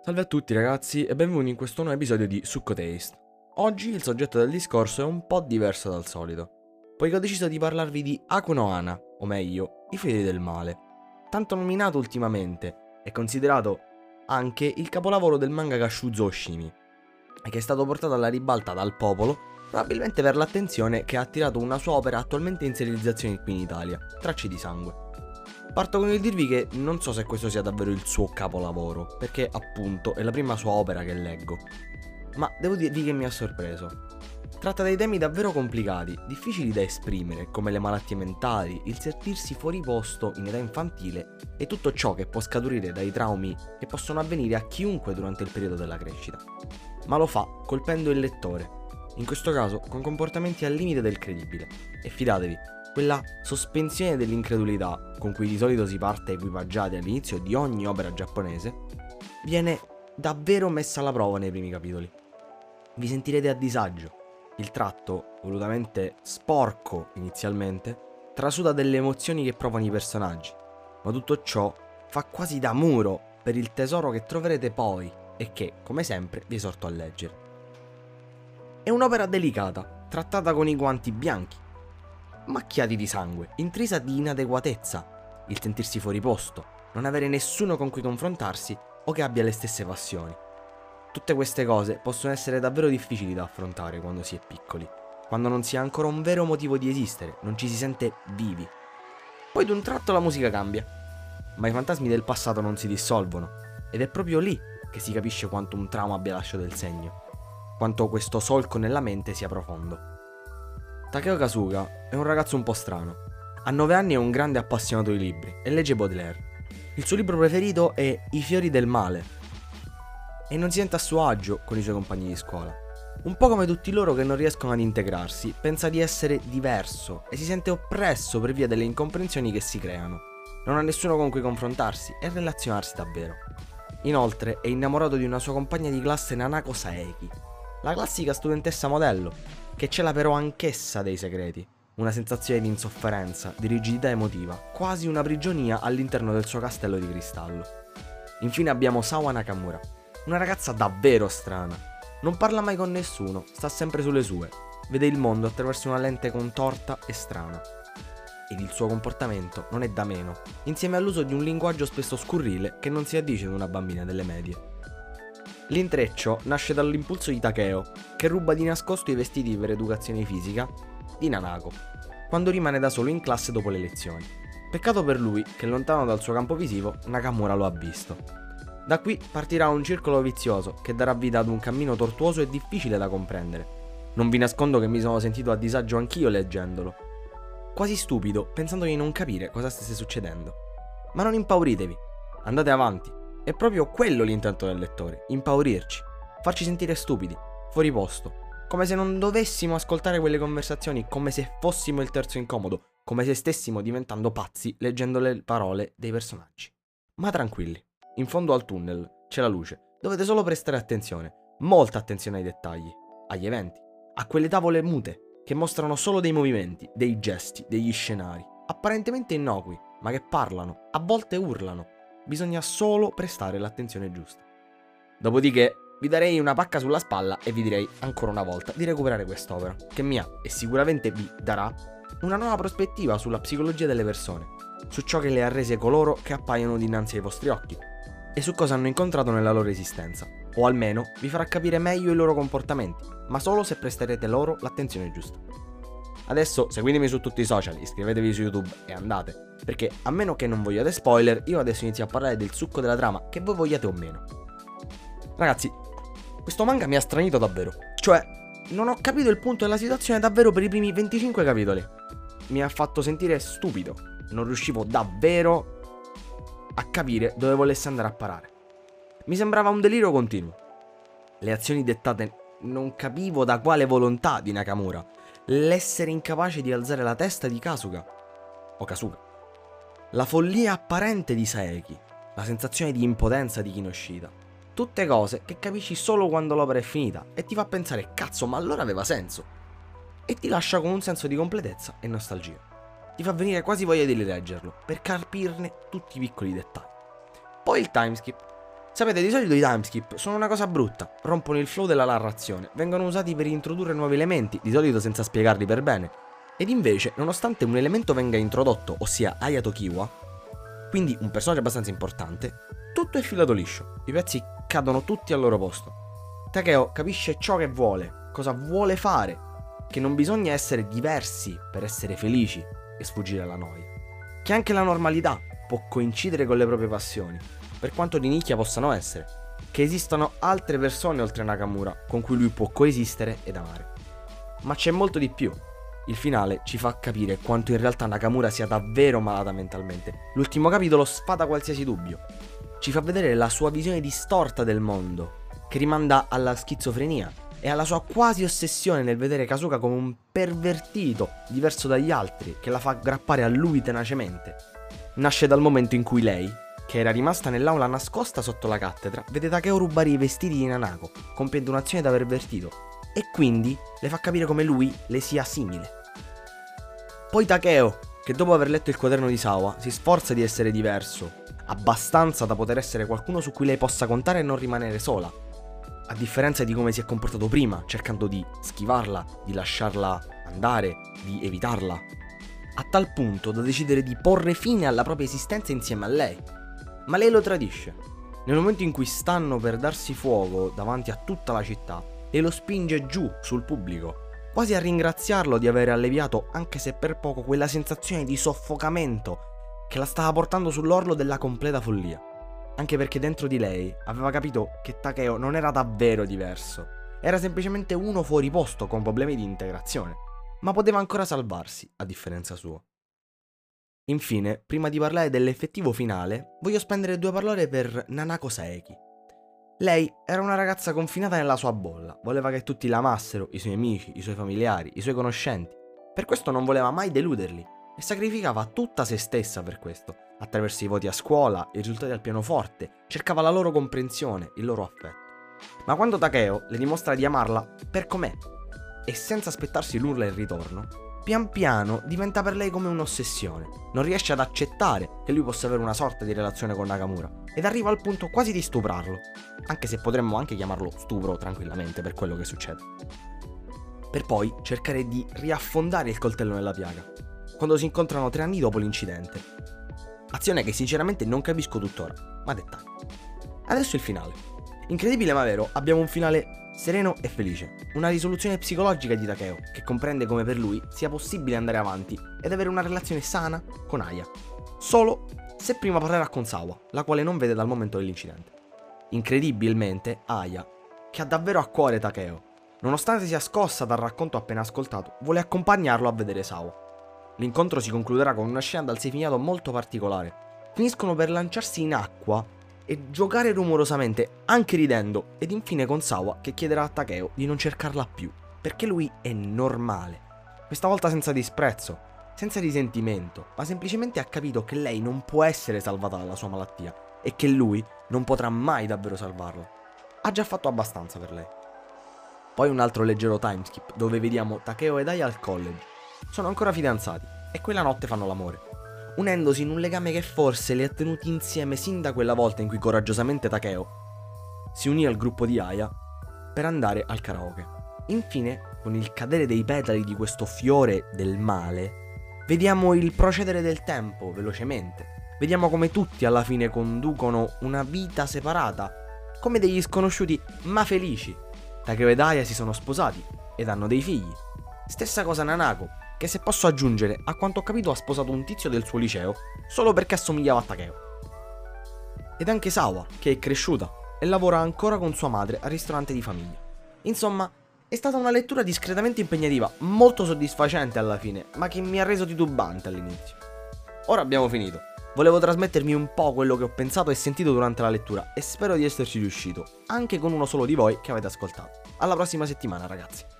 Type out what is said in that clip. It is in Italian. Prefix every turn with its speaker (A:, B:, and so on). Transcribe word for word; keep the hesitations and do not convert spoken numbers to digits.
A: Salve a tutti ragazzi e benvenuti in questo nuovo episodio di Succo Taste. Oggi il soggetto del discorso è un po' diverso dal solito, poiché ho deciso di parlarvi di Aku no Hana, o meglio, i figli del male, tanto nominato ultimamente e considerato anche il capolavoro del mangaka Shuzo Oshimi, e che è stato portato alla ribalta dal popolo probabilmente per l'attenzione che ha attirato una sua opera attualmente in serializzazione qui in Italia, Tracce di sangue. Parto con il dirvi che non so se questo sia davvero il suo capolavoro, perché appunto è la prima sua opera che leggo, ma devo dirvi che mi ha sorpreso. Tratta dei temi davvero complicati, difficili da esprimere, come le malattie mentali, il sentirsi fuori posto in età infantile e tutto ciò che può scaturire dai traumi che possono avvenire a chiunque durante il periodo della crescita. Ma lo fa colpendo il lettore, in questo caso con comportamenti al limite del credibile, e fidatevi, quella sospensione dell'incredulità con cui di solito si parte equipaggiati all'inizio di ogni opera giapponese viene davvero messa alla prova nei primi capitoli. Vi sentirete a disagio, il tratto, volutamente sporco inizialmente, trasuda delle emozioni che provano i personaggi, ma tutto ciò fa quasi da muro per il tesoro che troverete poi e che, come sempre, vi esorto a leggere. È un'opera delicata, trattata con i guanti bianchi, macchiati di sangue, intrisa di inadeguatezza, il sentirsi fuori posto, non avere nessuno con cui confrontarsi o che abbia le stesse passioni. Tutte queste cose possono essere davvero difficili da affrontare quando si è piccoli, quando non si ha ancora un vero motivo di esistere, non ci si sente vivi. Poi d'un tratto la musica cambia, ma i fantasmi del passato non si dissolvono, ed è proprio lì che si capisce quanto un trauma abbia lasciato il segno, quanto questo solco nella mente sia profondo. Takeo Kasuga è un ragazzo un po' strano. A nove anni è un grande appassionato di libri e legge Baudelaire. Il suo libro preferito è I fiori del male e non si sente a suo agio con i suoi compagni di scuola. Un po' come tutti loro che non riescono ad integrarsi, pensa di essere diverso e si sente oppresso per via delle incomprensioni che si creano. Non ha nessuno con cui confrontarsi e relazionarsi davvero. Inoltre è innamorato di una sua compagna di classe, Nanako Saeki, la classica studentessa modello, che cela però anch'essa dei segreti, una sensazione di insofferenza, di rigidità emotiva, quasi una prigionia all'interno del suo castello di cristallo. Infine abbiamo Sawa Nakamura, una ragazza davvero strana. Non parla mai con nessuno, sta sempre sulle sue, vede il mondo attraverso una lente contorta e strana. Ed il suo comportamento non è da meno, insieme all'uso di un linguaggio spesso scurrile che non si addice ad una bambina delle medie. L'intreccio nasce dall'impulso di Takeo, che ruba di nascosto i vestiti per educazione fisica di Nanako, quando rimane da solo in classe dopo le lezioni. Peccato per lui che, lontano dal suo campo visivo, Nakamura lo ha visto. Da qui partirà un circolo vizioso che darà vita ad un cammino tortuoso e difficile da comprendere. Non vi nascondo che mi sono sentito a disagio anch'io leggendolo, quasi stupido, pensando di non capire cosa stesse succedendo. Ma non impauritevi, andate avanti. È proprio quello l'intento del lettore, impaurirci, farci sentire stupidi, fuori posto, come se non dovessimo ascoltare quelle conversazioni, come se fossimo il terzo incomodo, come se stessimo diventando pazzi leggendo le parole dei personaggi. Ma tranquilli, in fondo al tunnel c'è la luce, dovete solo prestare attenzione, molta attenzione ai dettagli, agli eventi, a quelle tavole mute che mostrano solo dei movimenti, dei gesti, degli scenari, apparentemente innocui, ma che parlano, a volte urlano. Bisogna solo prestare l'attenzione giusta. Dopodiché vi darei una pacca sulla spalla e vi direi ancora una volta di recuperare quest'opera, che mi ha e sicuramente vi darà una nuova prospettiva sulla psicologia delle persone, su ciò che le ha rese coloro che appaiono dinanzi ai vostri occhi e su cosa hanno incontrato nella loro esistenza, o almeno vi farà capire meglio i loro comportamenti, ma solo se presterete loro l'attenzione giusta. Adesso seguitemi su tutti i social, iscrivetevi su YouTube e andate, perché a meno che non vogliate spoiler, io adesso inizio a parlare del succo della trama, che voi vogliate o meno. Ragazzi, questo manga mi ha stranito davvero, cioè non ho capito il punto della situazione davvero per i primi venticinque capitoli. Mi ha fatto sentire stupido, non riuscivo davvero a capire dove volesse andare a parare. Mi sembrava un delirio continuo. Le azioni dettate non capivo da quale volontà di Nakamura, l'essere incapace di alzare la testa di Kasuga, o Kasuga, la follia apparente di Saeki, la sensazione di impotenza di Kinoshita, tutte cose che capisci solo quando l'opera è finita e ti fa pensare cazzo ma allora aveva senso, e ti lascia con un senso di completezza e nostalgia, ti fa venire quasi voglia di rileggerlo per capirne tutti i piccoli dettagli. Poi il timeskip Sapete, di solito i timeskip sono una cosa brutta, rompono il flow della narrazione, vengono usati per introdurre nuovi elementi, di solito senza spiegarli per bene. Ed invece, nonostante un elemento venga introdotto, ossia Aya Tokiwa, quindi un personaggio abbastanza importante, tutto è filato liscio, i pezzi cadono tutti al loro posto. Takeo capisce ciò che vuole, cosa vuole fare, che non bisogna essere diversi per essere felici e sfuggire alla noia, che anche la normalità può coincidere con le proprie passioni, per quanto di nicchia possano essere, che esistono altre persone oltre Nakamura con cui lui può coesistere ed amare. Ma c'è molto di più. Il finale ci fa capire quanto in realtà Nakamura sia davvero malata mentalmente. L'ultimo capitolo sfata qualsiasi dubbio. Ci fa vedere la sua visione distorta del mondo, che rimanda alla schizofrenia e alla sua quasi ossessione nel vedere Kasuga come un pervertito diverso dagli altri, che la fa aggrappare a lui tenacemente. Nasce dal momento in cui lei, che era rimasta nell'aula nascosta sotto la cattedra, vede Takeo rubare i vestiti di Nanako, compiendo un'azione da pervertito, e quindi le fa capire come lui le sia simile. Poi Takeo, che dopo aver letto il quaderno di Sawa, si sforza di essere diverso, abbastanza da poter essere qualcuno su cui lei possa contare e non rimanere sola, a differenza di come si è comportato prima, cercando di schivarla, di lasciarla andare, di evitarla, a tal punto da decidere di porre fine alla propria esistenza insieme a lei. Ma lei lo tradisce. Nel momento in cui stanno per darsi fuoco davanti a tutta la città, lei lo spinge giù sul pubblico, quasi a ringraziarlo di aver alleviato, anche se per poco, quella sensazione di soffocamento che la stava portando sull'orlo della completa follia. Anche perché dentro di lei aveva capito che Takeo non era davvero diverso, era semplicemente uno fuori posto con problemi di integrazione, ma poteva ancora salvarsi, a differenza sua. Infine, prima di parlare dell'effettivo finale, voglio spendere due parole per Nanako Saeki. Lei era una ragazza confinata nella sua bolla, voleva che tutti la amassero, i suoi amici, i suoi familiari, i suoi conoscenti. Per questo non voleva mai deluderli e sacrificava tutta se stessa per questo, attraverso i voti a scuola, i risultati al pianoforte, cercava la loro comprensione, il loro affetto. Ma quando Takeo le dimostra di amarla per com'è e senza aspettarsi l'urla in ritorno, pian piano diventa per lei come un'ossessione. Non riesce ad accettare che lui possa avere una sorta di relazione con Nakamura ed arriva al punto quasi di stuprarlo, anche se potremmo anche chiamarlo stupro tranquillamente per quello che succede. Per poi cercare di riaffondare il coltello nella piaga, quando si incontrano tre anni dopo l'incidente. Azione che sinceramente non capisco tuttora, ma dettagli. Adesso il finale. Incredibile ma vero, abbiamo un finale sereno e felice, una risoluzione psicologica di Takeo, che comprende come per lui sia possibile andare avanti ed avere una relazione sana con Aya, solo se prima parlerà con Sawa, la quale non vede dal momento dell'incidente. Incredibilmente, Aya, che ha davvero a cuore Takeo, nonostante sia scossa dal racconto appena ascoltato, vuole accompagnarlo a vedere Sawa. L'incontro si concluderà con una scena dal significato molto particolare. Finiscono per lanciarsi in acqua e giocare rumorosamente, anche ridendo, ed infine con Sawa che chiederà a Takeo di non cercarla più, perché lui è normale. Questa volta senza disprezzo, senza risentimento, ma semplicemente ha capito che lei non può essere salvata dalla sua malattia e che lui non potrà mai davvero salvarla. Ha già fatto abbastanza per lei. Poi un altro leggero timeskip dove vediamo Takeo ed Aya al college. Sono ancora fidanzati e quella notte fanno l'amore, unendosi in un legame che forse li ha tenuti insieme sin da quella volta in cui coraggiosamente Takeo si unì al gruppo di Aya per andare al karaoke. Infine, con il cadere dei petali di questo fiore del male, vediamo il procedere del tempo velocemente. Vediamo come tutti alla fine conducono una vita separata, come degli sconosciuti ma felici. Takeo ed Aya si sono sposati ed hanno dei figli. Stessa cosa Nanako, che se posso aggiungere, a quanto ho capito ha sposato un tizio del suo liceo solo perché assomigliava a Takeo. Ed anche Sawa, che è cresciuta e lavora ancora con sua madre al ristorante di famiglia. Insomma, è stata una lettura discretamente impegnativa, molto soddisfacente alla fine, ma che mi ha reso titubante all'inizio. Ora abbiamo finito. Volevo trasmettermi un po' quello che ho pensato e sentito durante la lettura e spero di esserci riuscito, anche con uno solo di voi che avete ascoltato. Alla prossima settimana, ragazzi.